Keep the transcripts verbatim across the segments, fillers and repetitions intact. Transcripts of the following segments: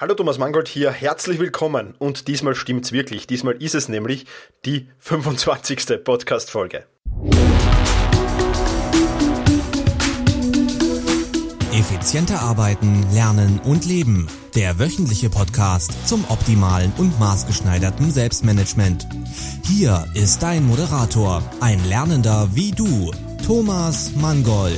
Hallo, Thomas Mangold hier, herzlich willkommen und diesmal stimmt's wirklich, diesmal ist es nämlich die fünfundzwanzigste Podcast-Folge. Effizienter arbeiten, lernen und leben. Der wöchentliche Podcast zum optimalen und maßgeschneiderten Selbstmanagement. Hier ist dein Moderator, ein Lernender wie du, Thomas Mangold.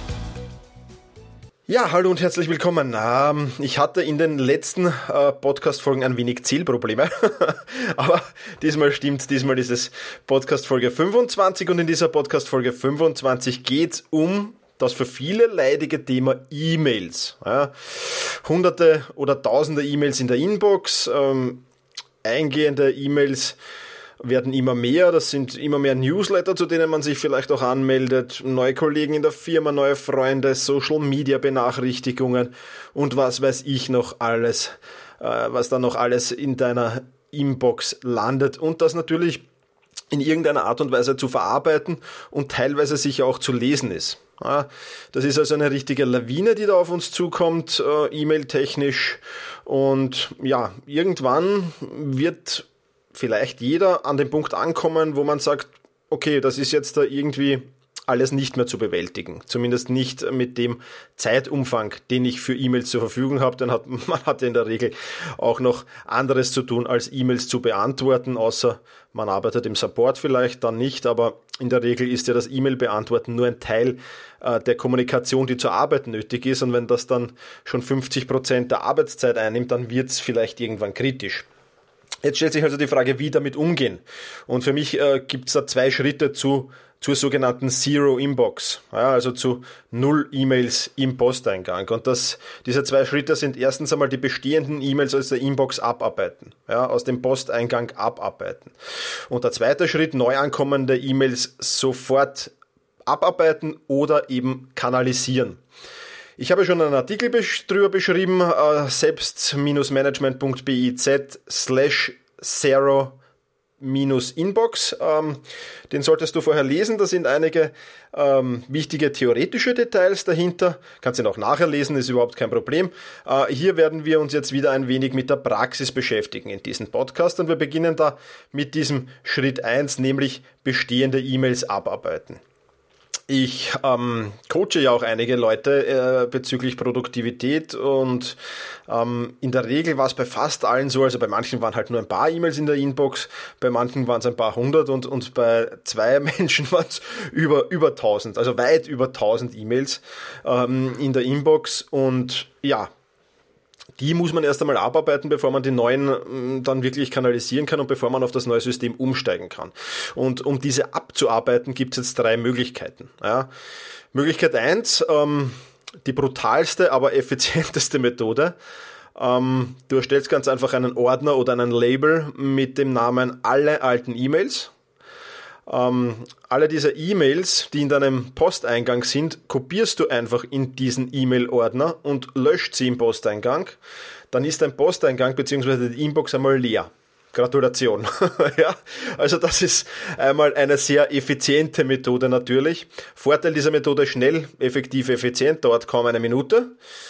Ja, hallo und herzlich willkommen. Ähm, ich hatte in den letzten äh, Podcast-Folgen ein wenig Zählprobleme, aber diesmal stimmt, diesmal ist es Podcast-Folge fünfundzwanzig und in dieser Podcast-Folge fünfundzwanzig geht's um das für viele leidige Thema E-Mails. Ja, hunderte oder tausende E-Mails in der Inbox, ähm, eingehende E-Mails werden immer mehr, das sind immer mehr Newsletter, zu denen man sich vielleicht auch anmeldet, neue Kollegen in der Firma, neue Freunde, Social-Media-Benachrichtigungen und was weiß ich noch alles, äh, was da noch alles in deiner Inbox landet und das natürlich in irgendeiner Art und Weise zu verarbeiten und teilweise sicher auch zu lesen ist. Ja, das ist also eine richtige Lawine, die da auf uns zukommt, äh, E-Mail-technisch und ja, irgendwann wird vielleicht jeder an den Punkt ankommen, wo man sagt, okay, das ist jetzt da irgendwie alles nicht mehr zu bewältigen. Zumindest nicht mit dem Zeitumfang, den ich für E-Mails zur Verfügung habe. Dann hat man hat in der Regel auch noch anderes zu tun, als E-Mails zu beantworten, außer man arbeitet im Support vielleicht, dann nicht. Aber in der Regel ist ja das E-Mail-Beantworten nur ein Teil äh, der Kommunikation, die zur Arbeit nötig ist. Und wenn das dann schon fünfzig Prozent der Arbeitszeit einnimmt, dann wird es vielleicht irgendwann kritisch. Jetzt stellt sich also die Frage, wie damit umgehen. Und für mich äh, gibt es da zwei Schritte zu zur sogenannten Zero Inbox, ja, also zu null E-Mails im Posteingang. Und das, diese zwei Schritte sind erstens einmal die bestehenden E-Mails aus der Inbox abarbeiten, ja, aus dem Posteingang abarbeiten. Und der zweite Schritt, neu ankommende E-Mails sofort abarbeiten oder eben kanalisieren. Ich habe schon einen Artikel drüber beschrieben, äh, selbst-management.biz slash zero minus Inbox. Ähm, den solltest du vorher lesen, da sind einige ähm, wichtige theoretische Details dahinter. Kannst ihn auch nachher lesen, ist überhaupt kein Problem. Äh, hier werden wir uns jetzt wieder ein wenig mit der Praxis beschäftigen in diesem Podcast und wir beginnen da mit diesem Schritt eins, nämlich bestehende E-Mails abarbeiten. Ich ähm, coache ja auch einige Leute äh, bezüglich Produktivität und ähm, in der Regel war es bei fast allen so, also bei manchen waren halt nur ein paar E-Mails in der Inbox, bei manchen waren es ein paar hundert und, und bei zwei Menschen waren es über, über tausend, also weit über tausend E-Mails ähm, in der Inbox und ja, die muss man erst einmal abarbeiten, bevor man die neuen dann wirklich kanalisieren kann und bevor man auf das neue System umsteigen kann. Und um diese abzuarbeiten, gibt es jetzt drei Möglichkeiten. Ja. Möglichkeit eins, ähm, die brutalste, aber effizienteste Methode. Ähm, du erstellst ganz einfach einen Ordner oder einen Label mit dem Namen alle alten E-Mails. Ähm, alle diese E-Mails, die in deinem Posteingang sind, kopierst du einfach in diesen E-Mail-Ordner und löscht sie im Posteingang. Dann ist dein Posteingang bzw. die Inbox einmal leer. Gratulation. Ja, also das ist einmal eine sehr effiziente Methode natürlich. Vorteil dieser Methode: schnell, effektiv, effizient, dauert kaum eine Minute.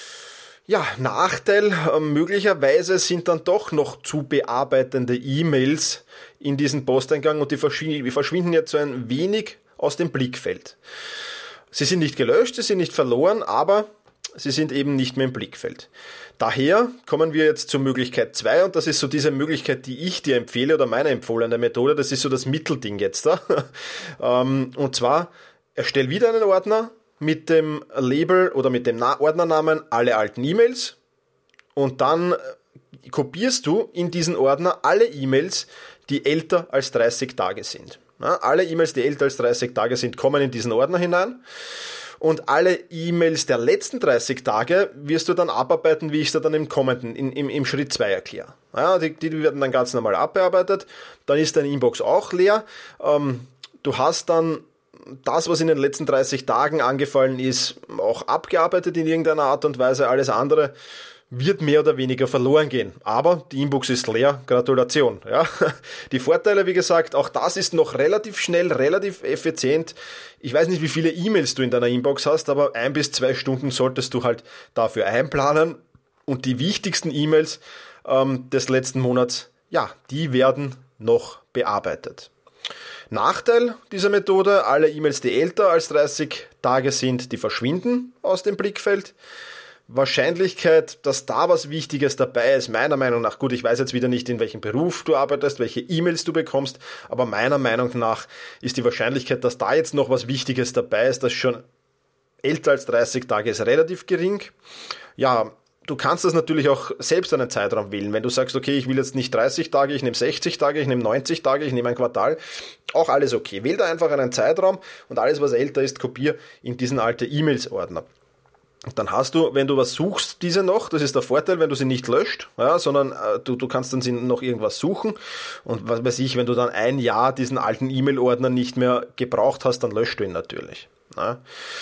Ja, Nachteil, äh, möglicherweise sind dann doch noch zu bearbeitende E-Mails in diesen Posteingang und die verschwinden, verschwinden jetzt so ein wenig aus dem Blickfeld. Sie sind nicht gelöscht, sie sind nicht verloren, aber sie sind eben nicht mehr im Blickfeld. Daher kommen wir jetzt zur Möglichkeit zwei und das ist so diese Möglichkeit, die ich dir empfehle oder meine empfohlene Methode, das ist so das Mittelding jetzt da. Und zwar, erstell wieder einen Ordner mit dem Label oder mit dem Ordnernamen alle alten E-Mails und dann kopierst du in diesen Ordner alle E-Mails, die älter als dreißig Tage sind. Ja, alle E-Mails, die älter als dreißig Tage sind, kommen in diesen Ordner hinein und alle E-Mails der letzten dreißig Tage wirst du dann abarbeiten, wie ich es dir dann im kommenden, in, im, im Schritt zwei erkläre. Ja, die, die werden dann ganz normal abbearbeitet, dann ist deine Inbox auch leer. Ähm, du hast dann das, was in den letzten dreißig Tagen angefallen ist, auch abgearbeitet in irgendeiner Art und Weise. Alles andere wird mehr oder weniger verloren gehen. Aber die Inbox ist leer. Gratulation. Ja. Die Vorteile, wie gesagt, auch das ist noch relativ schnell, relativ effizient. Ich weiß nicht, wie viele E-Mails du in deiner Inbox hast, aber ein bis zwei Stunden solltest du halt dafür einplanen. Und die wichtigsten E-Mails ähm, des letzten Monats, ja, die werden noch bearbeitet. Nachteil dieser Methode, alle E-Mails, die älter als dreißig Tage sind, die verschwinden aus dem Blickfeld. Wahrscheinlichkeit, dass da was Wichtiges dabei ist, meiner Meinung nach, gut, ich weiß jetzt wieder nicht, in welchem Beruf du arbeitest, welche E-Mails du bekommst, aber meiner Meinung nach ist die Wahrscheinlichkeit, dass da jetzt noch was Wichtiges dabei ist, das schon älter als dreißig Tage ist, relativ gering. Ja, du kannst das natürlich auch selbst einen Zeitraum wählen. Wenn du sagst, okay, ich will jetzt nicht dreißig Tage, ich nehme sechzig Tage, ich nehme neunzig Tage, ich nehme ein Quartal, auch alles okay. Wähl da einfach einen Zeitraum und alles, was älter ist, kopier in diesen alten E-Mails-Ordner. Dann hast du, wenn du was suchst, diese noch, das ist der Vorteil, wenn du sie nicht löscht, ja, sondern äh, du, du kannst dann sie noch irgendwas suchen und was weiß ich, wenn du dann ein Jahr diesen alten E-Mail-Ordner nicht mehr gebraucht hast, dann löscht du ihn natürlich. Ja.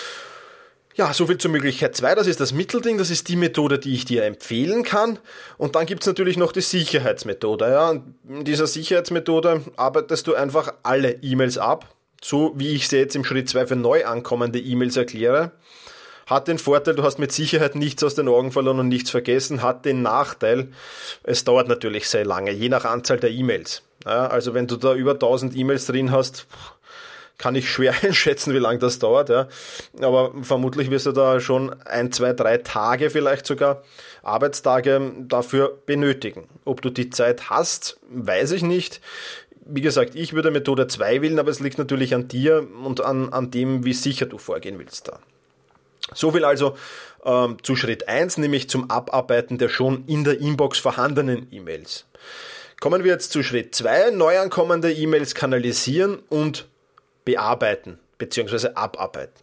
Ja, soviel zur Möglichkeit zwei, das ist das Mittelding, das ist die Methode, die ich dir empfehlen kann. Und dann gibt's natürlich noch die Sicherheitsmethode. Ja. In dieser Sicherheitsmethode arbeitest du einfach alle E-Mails ab, so wie ich sie jetzt im Schritt zwei für neu ankommende E-Mails erkläre. Hat den Vorteil, du hast mit Sicherheit nichts aus den Augen verloren und nichts vergessen, hat den Nachteil, es dauert natürlich sehr lange, je nach Anzahl der E-Mails. Ja, also wenn du da über tausend E-Mails drin hast, kann ich schwer einschätzen, wie lange das dauert. Ja. Aber vermutlich wirst du da schon ein, zwei, drei Tage vielleicht sogar Arbeitstage dafür benötigen. Ob du die Zeit hast, weiß ich nicht. Wie gesagt, ich würde Methode zwei wählen, aber es liegt natürlich an dir und an, an dem, wie sicher du vorgehen willst da. So viel also ähm, zu Schritt eins, nämlich zum Abarbeiten der schon in der Inbox vorhandenen E-Mails. Kommen wir jetzt zu Schritt zwei, neu ankommende E-Mails kanalisieren und bearbeiten bzw. abarbeiten.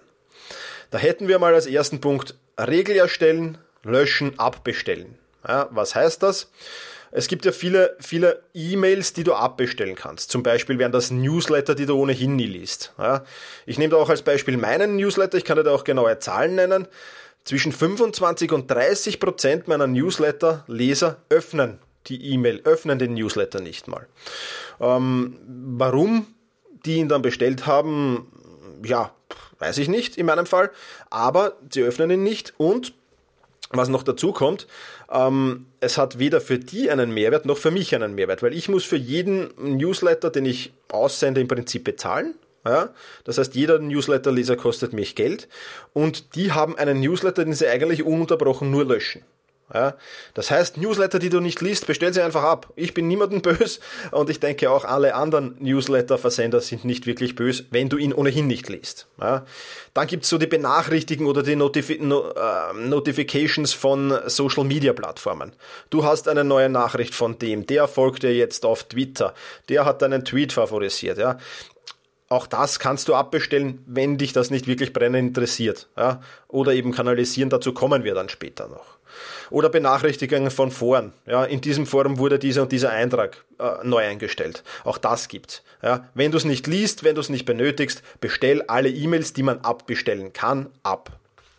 Da hätten wir mal als ersten Punkt Regel erstellen, löschen, abbestellen. Ja, was heißt das? Es gibt ja viele, viele E-Mails, die du abbestellen kannst. Zum Beispiel wären das Newsletter, die du ohnehin nie liest. Ja, ich nehme da auch als Beispiel meinen Newsletter, ich kann dir da auch genaue Zahlen nennen. Zwischen fünfundzwanzig und dreißig Prozent meiner Newsletter-Leser öffnen die E-Mail, öffnen den Newsletter nicht mal. Ähm, warum die ihn dann bestellt haben, ja, weiß ich nicht in meinem Fall, aber sie öffnen ihn nicht und was noch dazu kommt, ähm, es hat weder für die einen Mehrwert noch für mich einen Mehrwert, weil ich muss für jeden Newsletter, den ich aussende, im Prinzip bezahlen. Ja? Das heißt, jeder Newsletterleser kostet mich Geld und die haben einen Newsletter, den sie eigentlich ununterbrochen nur löschen. Ja, das heißt, Newsletter, die du nicht liest, bestell sie einfach ab. Ich bin niemandem böse und ich denke auch alle anderen Newsletter-Versender sind nicht wirklich böse, wenn du ihn ohnehin nicht liest. Ja, dann gibt's so die Benachrichtigungen oder die Notifi- no, äh, Notifications von Social-Media-Plattformen. Du hast eine neue Nachricht von dem, der folgt dir jetzt auf Twitter, der hat deinen Tweet favorisiert. Ja. Auch das kannst du abbestellen, wenn dich das nicht wirklich brennend interessiert. Ja. Oder eben kanalisieren, dazu kommen wir dann später noch. Oder Benachrichtigungen von Foren. Ja, in diesem Forum wurde dieser und dieser Eintrag äh, neu eingestellt. Auch das gibt's. Ja, wenn du es nicht liest, wenn du es nicht benötigst, bestell alle E-Mails, die man abbestellen kann, ab.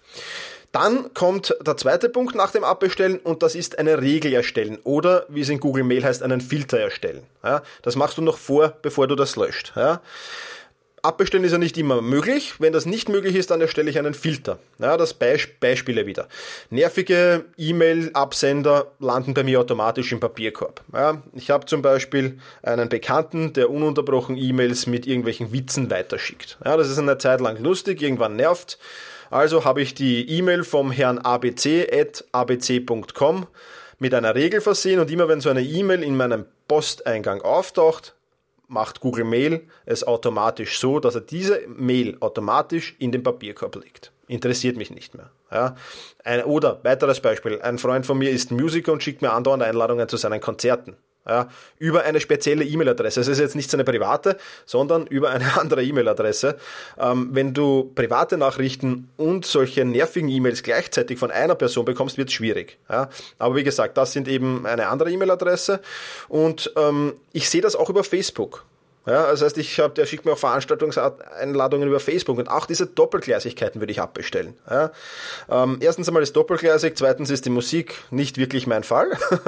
Dann kommt der zweite Punkt nach dem Abbestellen und das ist eine Regel erstellen oder, wie es in Google Mail heißt, einen Filter erstellen. Ja, das machst du noch vor, bevor du das löscht. Ja. Abbestellen ist ja nicht immer möglich. Wenn das nicht möglich ist, dann erstelle ich einen Filter. Ja, das Beisp- Beispiele wieder. Nervige E-Mail-Absender landen bei mir automatisch im Papierkorb. Ja, ich habe zum Beispiel einen Bekannten, der ununterbrochen E-Mails mit irgendwelchen Witzen weiterschickt. Ja, das ist eine Zeit lang lustig, irgendwann nervt. Also habe ich die E-Mail vom Herrn a b c at a b c punkt com mit einer Regel versehen und immer wenn so eine E-Mail in meinem Posteingang auftaucht, macht Google Mail es automatisch so, dass er diese Mail automatisch in den Papierkorb legt. Interessiert mich nicht mehr. Ja. Ein, oder, weiteres Beispiel, ein Freund von mir ist Musiker und schickt mir andauernd Einladungen zu seinen Konzerten. Ja, über eine spezielle E-Mail-Adresse. Es ist jetzt nicht seine private, sondern über eine andere E-Mail-Adresse. Ähm, wenn du private Nachrichten und solche nervigen E-Mails gleichzeitig von einer Person bekommst, wird es schwierig. Ja, aber wie gesagt, das sind eben eine andere E-Mail-Adresse und ähm, ich sehe das auch über Facebook. Ja, das heißt, ich hab, der schickt mir auch Veranstaltungseinladungen über Facebook und auch diese Doppelgleisigkeiten würde ich abbestellen. Ja, ähm, erstens einmal ist doppelgleisig, zweitens ist die Musik nicht wirklich mein Fall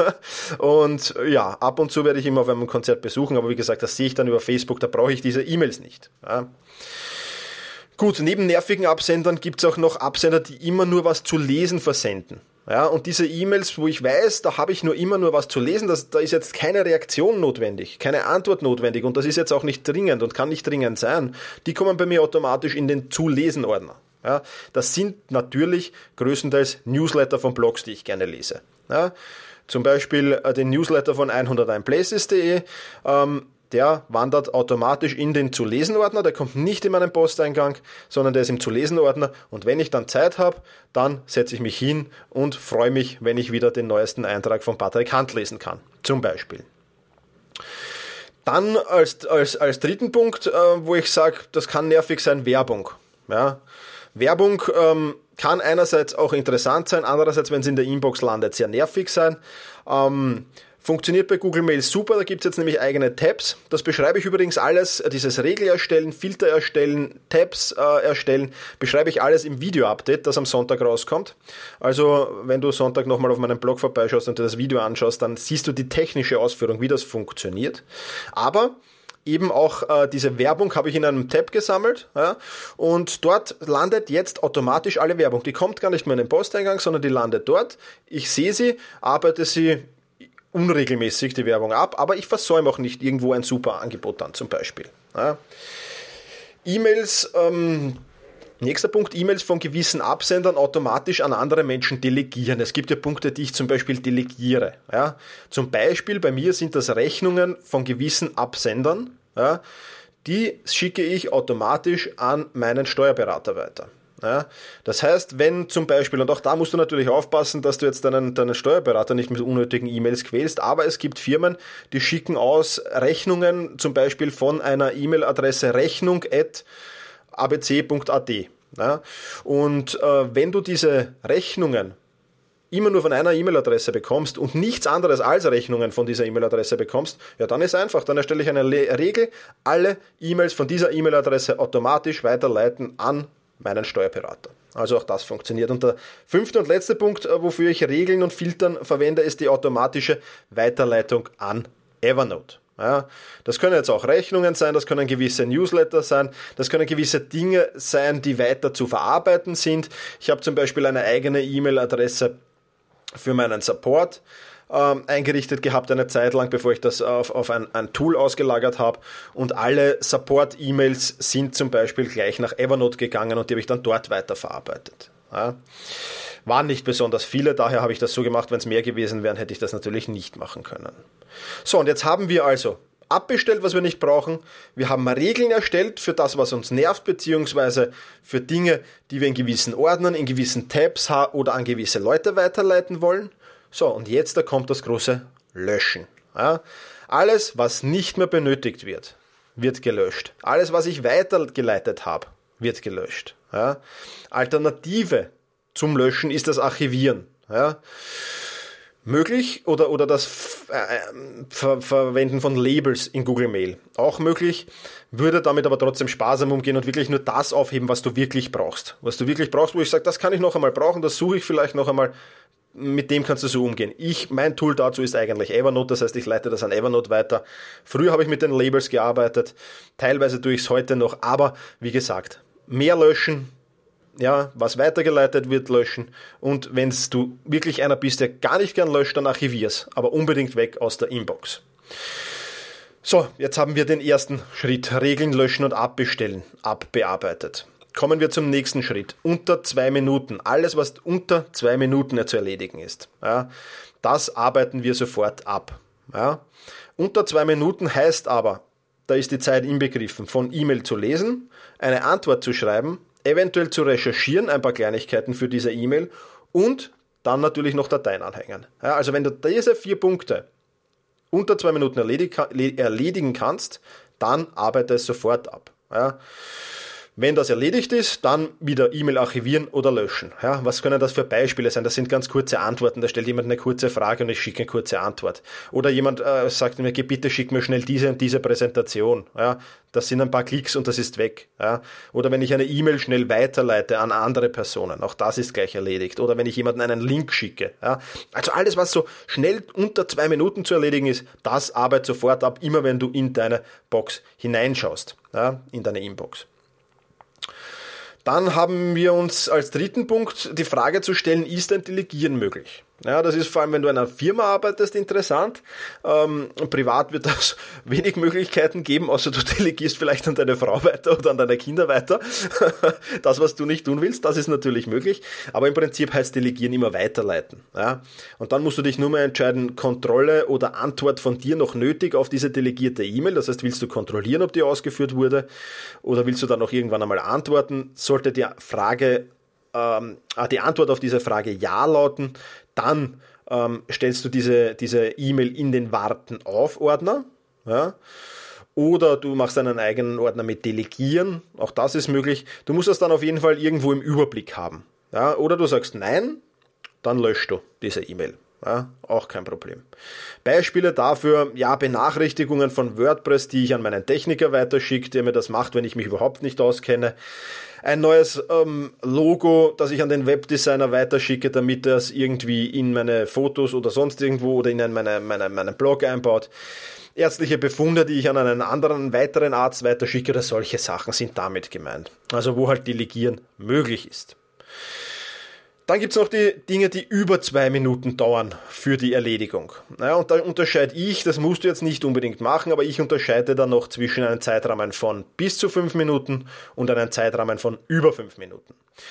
und ja, ab und zu werde ich immer auf einem Konzert besuchen, aber wie gesagt, das sehe ich dann über Facebook, da brauche ich diese E-Mails nicht. Ja. Gut, neben nervigen Absendern gibt es auch noch Absender, die immer nur was zu lesen versenden. Ja, und diese E-Mails, wo ich weiß, da habe ich nur immer nur was zu lesen, das, da ist jetzt keine Reaktion notwendig, keine Antwort notwendig und das ist jetzt auch nicht dringend und kann nicht dringend sein, die kommen bei mir automatisch in den Zu-Lesen-Ordner. Ja, das sind natürlich größtenteils Newsletter von Blogs, die ich gerne lese. Ja, zum Beispiel äh, den Newsletter von hunderteins places punkt de, ähm, der wandert automatisch in den Zu-Lesen-Ordner, der kommt nicht in meinen Posteingang, sondern der ist im Zu-Lesen-Ordner und wenn ich dann Zeit habe, dann setze ich mich hin und freue mich, wenn ich wieder den neuesten Eintrag von Patrick Hand lesen kann, zum Beispiel. Dann als, als, als dritten Punkt, äh, wo ich sage, das kann nervig sein, Werbung. Ja, Werbung ähm, kann einerseits auch interessant sein, andererseits, wenn es in der Inbox landet, sehr nervig sein. Ähm, Funktioniert bei Google Mail super, da gibt es jetzt nämlich eigene Tabs. Das beschreibe ich übrigens alles, dieses Regel erstellen, Filter erstellen, Tabs äh, erstellen, beschreibe ich alles im Video-Update, das am Sonntag rauskommt. Also wenn du Sonntag nochmal auf meinem Blog vorbeischaust und dir das Video anschaust, dann siehst du die technische Ausführung, wie das funktioniert. Aber eben auch äh, diese Werbung habe ich in einem Tab gesammelt, ja, und dort landet jetzt automatisch alle Werbung. Die kommt gar nicht mehr in den Posteingang, sondern die landet dort. Ich sehe sie, arbeite sie unregelmäßig die Werbung ab, aber ich versäume auch nicht irgendwo ein super Angebot dann zum Beispiel. Ja. E-Mails, ähm, nächster Punkt, E-Mails von gewissen Absendern automatisch an andere Menschen delegieren. Es gibt ja Punkte, die ich zum Beispiel delegiere. Ja. Zum Beispiel bei mir sind das Rechnungen von gewissen Absendern, ja, die schicke ich automatisch an meinen Steuerberater weiter. Ja, das heißt, wenn zum Beispiel, und auch da musst du natürlich aufpassen, dass du jetzt deinen, deinen Steuerberater nicht mit unnötigen E-Mails quälst, aber es gibt Firmen, die schicken aus Rechnungen zum Beispiel von einer E-Mail-Adresse rechnung at a b c punkt a t. Ja, und äh, wenn du diese Rechnungen immer nur von einer E-Mail-Adresse bekommst und nichts anderes als Rechnungen von dieser E-Mail-Adresse bekommst, ja, dann ist einfach, dann erstelle ich eine Le- Regel, alle E-Mails von dieser E-Mail-Adresse automatisch weiterleiten an meinen Steuerberater. Also auch das funktioniert. Und der fünfte und letzte Punkt, wofür ich Regeln und Filtern verwende, ist die automatische Weiterleitung an Evernote. Ja, das können jetzt auch Rechnungen sein, das können gewisse Newsletter sein, das können gewisse Dinge sein, die weiter zu verarbeiten sind. Ich habe zum Beispiel eine eigene E-Mail-Adresse für meinen Support ähm, eingerichtet gehabt eine Zeit lang, bevor ich das auf, auf ein, ein Tool ausgelagert habe, und alle Support-E-Mails sind zum Beispiel gleich nach Evernote gegangen und die habe ich dann dort weiterverarbeitet. Ja. Waren nicht besonders viele, daher habe ich das so gemacht. Wenn es mehr gewesen wären, hätte ich das natürlich nicht machen können. So, und jetzt haben wir also abbestellt, was wir nicht brauchen. Wir haben Regeln erstellt für das, was uns nervt, beziehungsweise für Dinge, die wir in gewissen Ordnern, in gewissen Tabs oder an gewisse Leute weiterleiten wollen. So, und jetzt da kommt das große Löschen. Ja, alles, was nicht mehr benötigt wird, wird gelöscht. Alles, was ich weitergeleitet habe, wird gelöscht. Ja, Alternative zum Löschen ist das Archivieren. Ja, möglich oder, oder das äh, Ver- Verwenden von Labels in Google Mail. Auch möglich, würde damit aber trotzdem sparsam umgehen und wirklich nur das aufheben, was du wirklich brauchst. Was du wirklich brauchst, wo ich sage, das kann ich noch einmal brauchen, das suche ich vielleicht noch einmal, mit dem kannst du so umgehen. Ich, mein Tool dazu ist eigentlich Evernote, das heißt, ich leite das an Evernote weiter. Früher habe ich mit den Labels gearbeitet, teilweise tue ich es heute noch, aber wie gesagt, mehr löschen, ja, was weitergeleitet wird, löschen, und wenn du wirklich einer bist, der gar nicht gern löscht, dann archivier's, aber unbedingt weg aus der Inbox. So, jetzt haben wir den ersten Schritt, Regeln löschen und abbestellen, abbearbeitet. Kommen wir zum nächsten Schritt. Unter zwei Minuten. Alles, was unter zwei Minuten zu erledigen ist. Ja, das arbeiten wir sofort ab. Ja, unter zwei Minuten heißt aber, da ist die Zeit inbegriffen, von E-Mail zu lesen, eine Antwort zu schreiben, eventuell zu recherchieren, ein paar Kleinigkeiten für diese E-Mail und dann natürlich noch Dateien anhängen. Ja, also wenn du diese vier Punkte unter zwei Minuten erledig, erledigen kannst, dann arbeite es sofort ab. Ja. Wenn das erledigt ist, dann wieder E-Mail archivieren oder löschen. Ja, was können das für Beispiele sein? Das sind ganz kurze Antworten. Da stellt jemand eine kurze Frage und ich schicke eine kurze Antwort. Oder jemand äh, sagt mir, bitte schick mir schnell diese und diese Präsentation. Ja, das sind ein paar Klicks und das ist weg. Ja, oder wenn ich eine E-Mail schnell weiterleite an andere Personen, auch das ist gleich erledigt. Oder wenn ich jemandem einen Link schicke. Ja, also alles, was so schnell unter zwei Minuten zu erledigen ist, das arbeitet sofort ab, immer wenn du in deine Box hineinschaust, ja, in deine Inbox. Dann haben wir uns als dritten Punkt die Frage zu stellen, ist ein Delegieren möglich? Ja, das ist vor allem, wenn du in einer Firma arbeitest, interessant. Ähm, privat wird das wenig Möglichkeiten geben, außer du delegierst vielleicht an deine Frau weiter oder an deine Kinder weiter. Das, was du nicht tun willst, das ist natürlich möglich. Aber im Prinzip heißt Delegieren immer weiterleiten. Ja? Und dann musst du dich nur mehr entscheiden, Kontrolle oder Antwort von dir noch nötig auf diese delegierte E-Mail. Das heißt, willst du kontrollieren, ob die ausgeführt wurde, oder willst du dann noch irgendwann einmal antworten? Sollte die Frage, ähm, die Antwort auf diese Frage Ja lauten, dann ähm, stellst du diese diese E-Mail in den Warten-auf-Ordner, ja? Oder du machst einen eigenen Ordner mit Delegieren, auch das ist möglich. Du musst das dann auf jeden Fall irgendwo im Überblick haben. Ja? Oder du sagst Nein, dann löschst du diese E-Mail. Ja, auch kein Problem. Beispiele dafür, ja, Benachrichtigungen von WordPress, die ich an meinen Techniker weiterschicke, der mir das macht, wenn ich mich überhaupt nicht auskenne. Ein neues ähm, Logo, das ich an den Webdesigner weiterschicke, damit er es irgendwie in meine Fotos oder sonst irgendwo oder in meine, meine, meinen Blog einbaut. Ärztliche Befunde, die ich an einen anderen, weiteren Arzt weiterschicke oder solche Sachen sind damit gemeint. Also wo halt Delegieren möglich ist. Dann gibt's noch die Dinge, die über zwei Minuten dauern für die Erledigung. Naja, und da unterscheide ich, das musst du jetzt nicht unbedingt machen, aber ich unterscheide dann noch zwischen einem Zeitrahmen von bis zu fünf Minuten und einem Zeitrahmen von über fünf Minuten.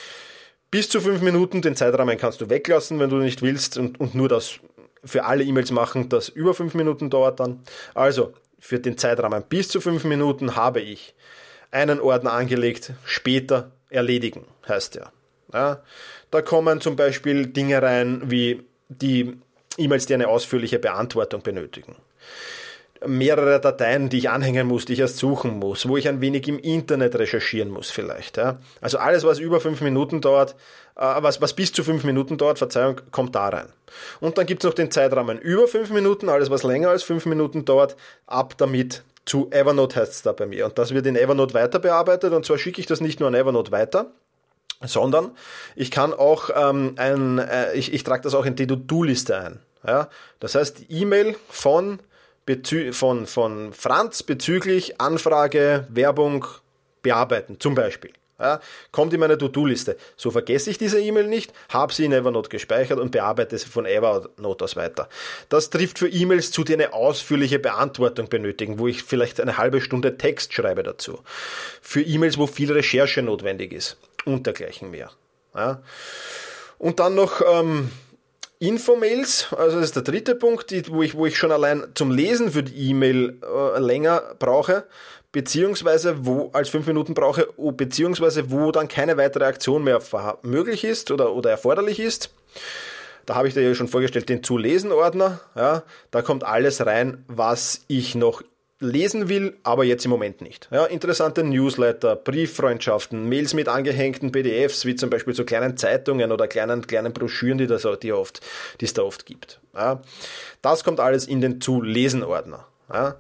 Bis zu fünf Minuten, den Zeitrahmen kannst du weglassen, wenn du nicht willst, und, und nur das für alle E-Mails machen, das über fünf Minuten dauert dann. Also, für den Zeitrahmen bis zu fünf Minuten habe ich einen Ordner angelegt, später erledigen, heißt der. Ja, da kommen zum Beispiel Dinge rein, wie die E-Mails, die eine ausführliche Beantwortung benötigen. Mehrere Dateien, die ich anhängen muss, die ich erst suchen muss, wo ich ein wenig im Internet recherchieren muss vielleicht. Ja. Also alles, was über fünf Minuten dauert, äh, was, was bis zu fünf Minuten dauert, Verzeihung, kommt da rein. Und dann gibt es noch den Zeitrahmen über fünf Minuten, alles, was länger als fünf Minuten dauert, ab damit zu Evernote heißt es da bei mir. Und das wird in Evernote weiter bearbeitet, und zwar schicke ich das nicht nur an Evernote weiter, sondern ich kann auch ähm, ein, äh, ich, ich trage das auch in die To-Do-Liste ein. Ja? Das heißt, die E-Mail von, bezü- von, von Franz bezüglich Anfrage, Werbung bearbeiten, zum Beispiel. Ja? Kommt in meine To-Do-Liste. So vergesse ich diese E-Mail nicht, habe sie in Evernote gespeichert und bearbeite sie von Evernote aus weiter. Das trifft für E-Mails zu, die eine ausführliche Beantwortung benötigen, wo ich vielleicht eine halbe Stunde Text schreibe dazu. Für E-Mails, wo viel Recherche notwendig ist. Und dergleichen mehr. Ja. Und dann noch ähm, Infomails, also das ist der dritte Punkt, die, wo, ich, wo ich schon allein zum Lesen für die E-Mail äh, länger brauche, beziehungsweise wo als fünf Minuten brauche, beziehungsweise wo dann keine weitere Aktion mehr möglich ist oder, oder erforderlich ist. Da habe ich dir ja schon vorgestellt, den Zu-Lesen-Ordner. Ja, da kommt alles rein, was ich noch lesen will, aber jetzt im Moment nicht. Ja, interessante Newsletter, Brieffreundschaften, Mails mit angehängten P D Fs, wie zum Beispiel so kleinen Zeitungen oder kleinen, kleinen Broschüren, die, das, die, oft, die es da oft gibt. Ja, das kommt alles in den Zu-Lesen-Ordner. Ja.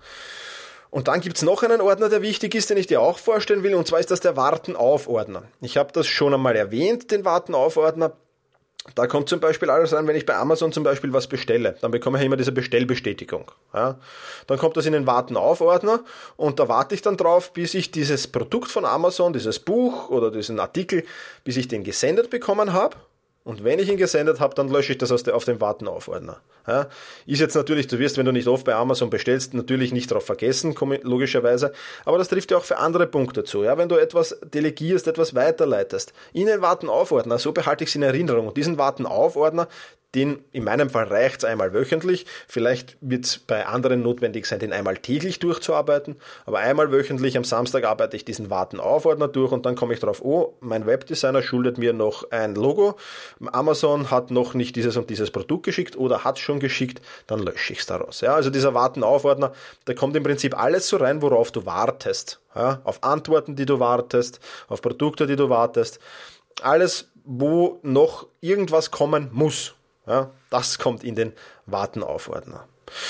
Und dann gibt's noch einen Ordner, der wichtig ist, den ich dir auch vorstellen will, und zwar ist das der Warten-auf-Ordner. Ich habe das schon einmal erwähnt, den Warten-auf-Ordner. Da kommt zum Beispiel alles rein, wenn ich bei Amazon zum Beispiel was bestelle, dann bekomme ich immer diese Bestellbestätigung. Ja. Dann kommt das in den Warten-auf-Ordner, und da warte ich dann drauf, bis ich dieses Produkt von Amazon, dieses Buch oder diesen Artikel, bis ich den gesendet bekommen habe. Und wenn ich ihn gesendet habe, dann lösche ich das aus der, auf dem Warten-auf-Ordner. Ja, ist jetzt natürlich, du wirst, wenn du nicht oft bei Amazon bestellst, natürlich nicht darauf vergessen, logischerweise, aber das trifft ja auch für andere Punkte zu. Ja, wenn du etwas delegierst, etwas weiterleitest, in den Warten-auf-Ordner, so behalte ich es in Erinnerung. Und diesen Warten-auf-Ordner, den, in meinem Fall reicht es einmal wöchentlich, vielleicht wird es bei anderen notwendig sein, den einmal täglich durchzuarbeiten, aber einmal wöchentlich am Samstag arbeite ich diesen Warten-auf-Ordner durch, und dann komme ich drauf, oh, mein Webdesigner schuldet mir noch ein Logo, Amazon hat noch nicht dieses und dieses Produkt geschickt oder hat es schon geschickt, dann lösche ich es daraus. Ja, also dieser Warten-auf-Ordner, da kommt im Prinzip alles so rein, worauf du wartest, ja, auf Antworten, die du wartest, auf Produkte, die du wartest, alles, wo noch irgendwas kommen muss. Ja, das kommt in den Warten-auf-Ordner.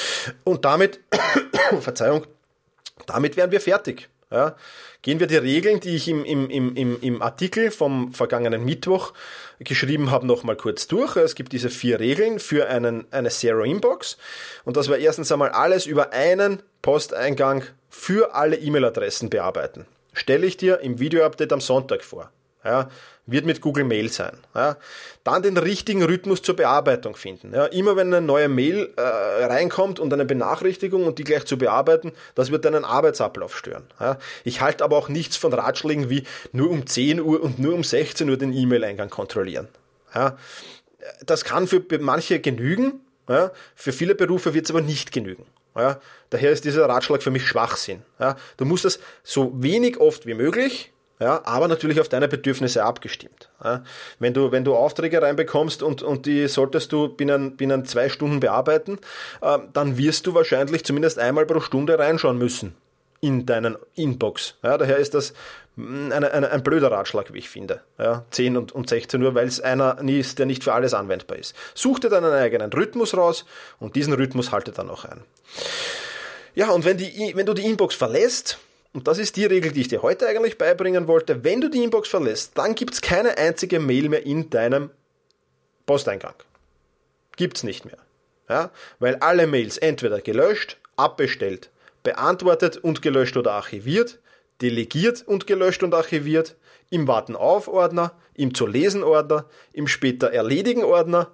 Und damit, Verzeihung, damit wären wir fertig. Ja, gehen wir die Regeln, die ich im, im, im, im Artikel vom vergangenen Mittwoch geschrieben habe, nochmal kurz durch. Es gibt diese vier Regeln für einen, eine Zero Inbox. Und das war erstens einmal alles über einen Posteingang für alle E-Mail-Adressen bearbeiten. Stelle ich dir im Video-Update am Sonntag vor. Ja, wird mit Google Mail sein. Ja. Dann den richtigen Rhythmus zur Bearbeitung finden. Ja. Immer wenn eine neue Mail äh, reinkommt und eine Benachrichtigung und die gleich zu bearbeiten, das wird deinen Arbeitsablauf stören. Ja. Ich halte aber auch nichts von Ratschlägen wie nur um zehn Uhr und nur um sechzehn Uhr den E-Mail-Eingang kontrollieren. Ja. Das kann für manche genügen, ja. Für viele Berufe wird es aber nicht genügen. Ja. Daher ist dieser Ratschlag für mich Schwachsinn. Ja. Du musst das so wenig oft wie möglich, ja, aber natürlich auf deine Bedürfnisse abgestimmt. Ja. Wenn du, wenn du Aufträge reinbekommst und, und die solltest du binnen, binnen zwei Stunden bearbeiten, äh, dann wirst du wahrscheinlich zumindest einmal pro Stunde reinschauen müssen in deinen Inbox. Ja, daher ist das eine, eine, ein blöder Ratschlag, wie ich finde. Ja, zehn und, und sechzehn Uhr, weil es einer ist, der nicht für alles anwendbar ist. Such dir deinen eigenen Rhythmus raus und diesen Rhythmus halte dann auch ein. Ja, und wenn, die, wenn du die Inbox verlässt, und das ist die Regel, die ich dir heute eigentlich beibringen wollte, wenn du die Inbox verlässt, dann gibt es keine einzige Mail mehr in deinem Posteingang. Gibt's nicht mehr. Ja? Weil alle Mails entweder gelöscht, abbestellt, beantwortet und gelöscht oder archiviert, delegiert und gelöscht und archiviert, im Warten-auf-Ordner, im Zu-lesen-Ordner, im Später-erledigen-Ordner,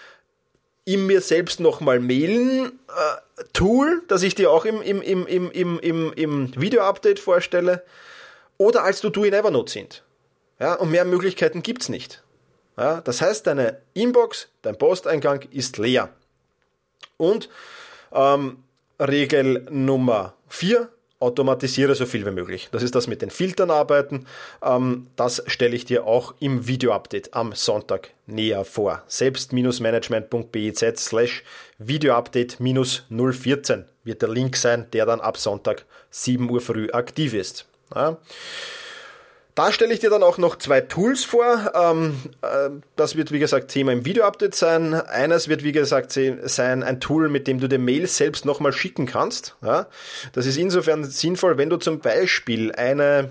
im mir selbst nochmal mailen äh, Tool, das ich dir auch im, im, im, im, im, im, im Video-Update vorstelle, oder als To-Do in Evernote sind. Ja, und mehr Möglichkeiten gibt's nicht. Ja, das heißt, deine Inbox, dein Posteingang ist leer. Und ähm, Regel Nummer vier, automatisiere so viel wie möglich. Das ist das mit den Filtern arbeiten. Ähm, das stelle ich dir auch im Video-Update am Sonntag näher vor. selbst-management.biz slash Video-Update null vierzehn wird der Link sein, der dann ab Sonntag sieben Uhr früh aktiv ist. Ja. Da stelle ich dir dann auch noch zwei Tools vor. Ähm, äh, das wird, wie gesagt, Thema im Video-Update sein. Eines wird, wie gesagt, sein ein Tool, mit dem du die Mails selbst nochmal schicken kannst. Ja? Das ist insofern sinnvoll, wenn du zum Beispiel eine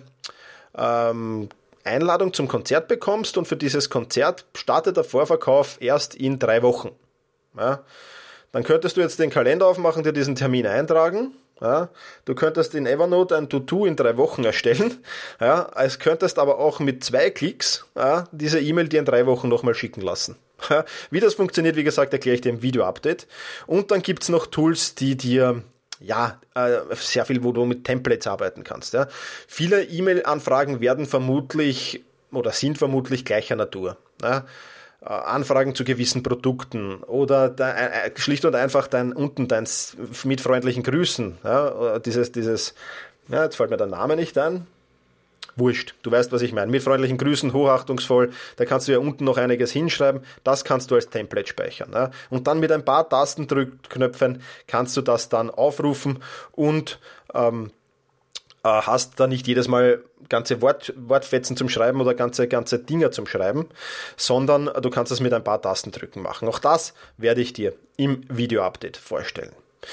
ähm, Einladung zum Konzert bekommst und für dieses Konzert startet der Vorverkauf erst in drei Wochen. Ja? Dann könntest du jetzt den Kalender aufmachen, dir diesen Termin eintragen. Ja, du könntest in Evernote ein To-Do in drei Wochen erstellen. Ja, es könntest aber auch mit zwei Klicks ja, diese E-Mail dir in drei Wochen nochmal schicken lassen. Ja, wie das funktioniert, wie gesagt, erkläre ich dir im Video-Update. Und dann gibt's noch Tools, die dir ja äh, sehr viel, wo du mit Templates arbeiten kannst. Ja. Viele E-Mail-Anfragen werden vermutlich oder sind vermutlich gleicher Natur. Ja. Anfragen zu gewissen Produkten oder da, äh, schlicht und einfach dein unten dein mit freundlichen Grüßen, ja, dieses, dieses, ja, jetzt fällt mir der Name nicht ein, wurscht, du weißt, was ich meine, mit freundlichen Grüßen, hochachtungsvoll, da kannst du ja unten noch einiges hinschreiben, das kannst du als Template speichern, ja, und dann mit ein paar Tastendrückknöpfen kannst du das dann aufrufen und ähm, hast da nicht jedes Mal ganze Wort, Wortfetzen zum Schreiben oder ganze, ganze Dinger zum Schreiben, sondern du kannst das mit ein paar Tastendrücken machen. Auch das werde ich dir im Video-Update vorstellen.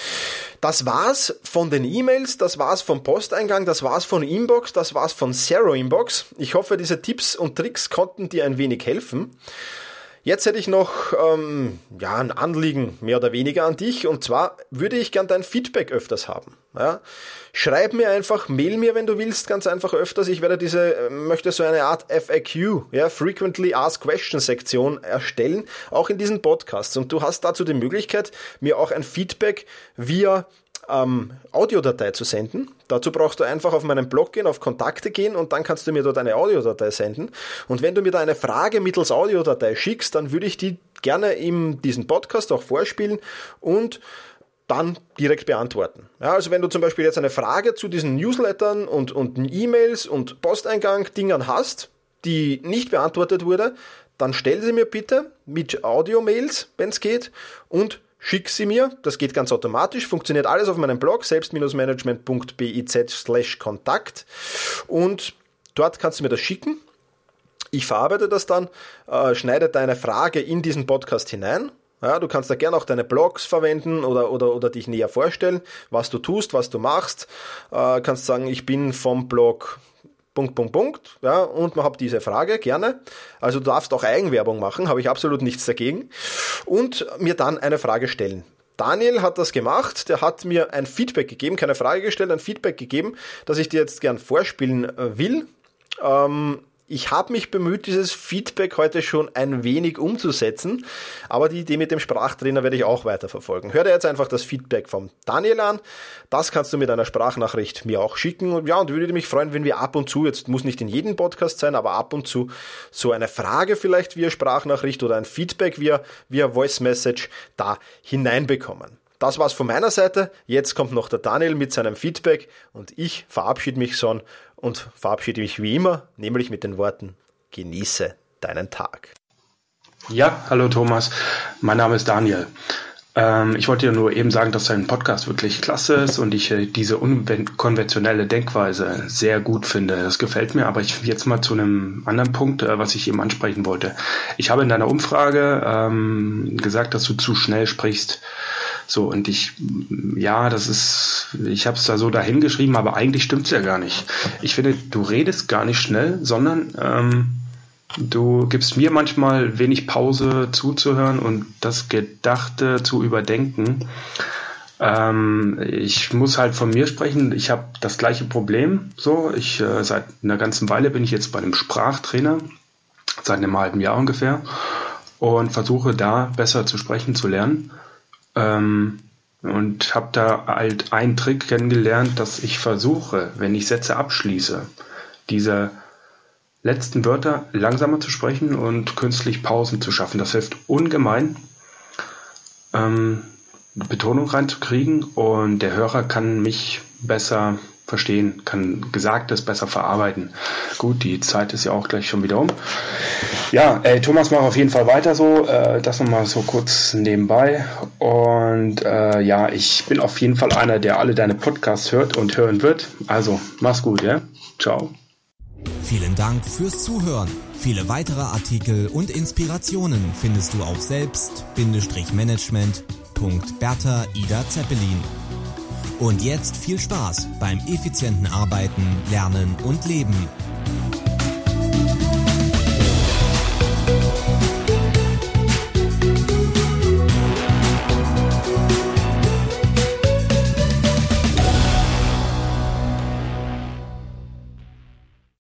Das war's von den E-Mails, das war's vom Posteingang, das war's von Inbox, das war's von Xero Inbox. Ich hoffe, diese Tipps und Tricks konnten dir ein wenig helfen. Jetzt hätte ich noch ähm, ja, ein Anliegen mehr oder weniger an dich, und zwar würde ich gern dein Feedback öfters haben. Ja? Schreib mir einfach, mail mir, wenn du willst, ganz einfach öfters. Ich werde diese, möchte so eine Art F A Q, ja, Frequently Asked Questions Sektion erstellen, auch in diesen Podcasts. Und du hast dazu die Möglichkeit, mir auch ein Feedback via Ähm, Audiodatei zu senden. Dazu brauchst du einfach auf meinen Blog gehen, auf Kontakte gehen und dann kannst du mir dort eine Audiodatei senden. Und wenn du mir da eine Frage mittels Audiodatei schickst, dann würde ich die gerne in diesem Podcast auch vorspielen und dann direkt beantworten. Ja, also wenn du zum Beispiel jetzt eine Frage zu diesen Newslettern und, und E-Mails und Posteingang-Dingern hast, die nicht beantwortet wurde, dann stell sie mir bitte mit Audio-Mails, wenn es geht, und schick sie mir, das geht ganz automatisch, funktioniert alles auf meinem Blog, selbst-management.biz slash Kontakt, und dort kannst du mir das schicken. Ich verarbeite das dann, äh, schneide deine Frage in diesen Podcast hinein. Ja, du kannst da gerne auch deine Blogs verwenden oder, oder, oder dich näher vorstellen, was du tust, was du machst. Äh, kannst sagen, ich bin vom Blog Punkt, Punkt, Punkt, ja, und man hat diese Frage, gerne. Also du darfst auch Eigenwerbung machen, habe ich absolut nichts dagegen. Und mir dann eine Frage stellen. Daniel hat das gemacht, der hat mir ein Feedback gegeben, keine Frage gestellt, ein Feedback gegeben, das ich dir jetzt gern vorspielen will. Ähm, Ich habe mich bemüht, dieses Feedback heute schon ein wenig umzusetzen, aber die Idee mit dem Sprachtrainer werde ich auch weiterverfolgen. Hör dir jetzt einfach das Feedback vom Daniel an. Das kannst du mit einer Sprachnachricht mir auch schicken. Und ja, und würde mich freuen, wenn wir ab und zu, jetzt muss nicht in jedem Podcast sein, aber ab und zu so eine Frage vielleicht via Sprachnachricht oder ein Feedback via, via Voice Message da hineinbekommen. Das war's von meiner Seite. Jetzt kommt noch der Daniel mit seinem Feedback und ich verabschiede mich schon und verabschiede mich wie immer, nämlich mit den Worten: Genieße deinen Tag. Ja, hallo Thomas, mein Name ist Daniel. Ähm, ich wollte dir nur eben sagen, dass dein Podcast wirklich klasse ist und ich äh, diese unkonventionelle Denkweise sehr gut finde. Das gefällt mir, aber ich jetzt mal zu einem anderen Punkt, äh, was ich eben ansprechen wollte. Ich habe in deiner Umfrage ähm, gesagt, dass du zu schnell sprichst. So, und ich, ja, das ist, ich habe es da so dahingeschrieben, aber eigentlich stimmt's ja gar nicht. Ich finde, du redest gar nicht schnell, sondern ähm, du gibst mir manchmal wenig Pause zuzuhören und das Gedachte zu überdenken. Ähm, ich muss halt von mir sprechen, ich habe das gleiche Problem. So, ich äh, seit einer ganzen Weile bin ich jetzt bei einem Sprachtrainer, seit einem halben Jahr ungefähr, und versuche da besser zu sprechen, zu lernen. Ähm, und habe da halt einen Trick kennengelernt, dass ich versuche, wenn ich Sätze abschließe, diese letzten Wörter langsamer zu sprechen und künstlich Pausen zu schaffen. Das hilft ungemein, ähm, Betonung reinzukriegen und der Hörer kann mich besser verstehen, kann Gesagtes besser verarbeiten. Gut, die Zeit ist ja auch gleich schon wieder um. Ja, ey, Thomas, mach auf jeden Fall weiter so. Äh, das nochmal so kurz nebenbei. Und äh, ja, ich bin auf jeden Fall einer, der alle deine Podcasts hört und hören wird. Also, mach's gut, ja? Ciao. Vielen Dank fürs Zuhören. Viele weitere Artikel und Inspirationen findest du auf selbst Management Punkt Bertha Ida Zeppelin. Und jetzt viel Spaß beim effizienten Arbeiten, Lernen und Leben.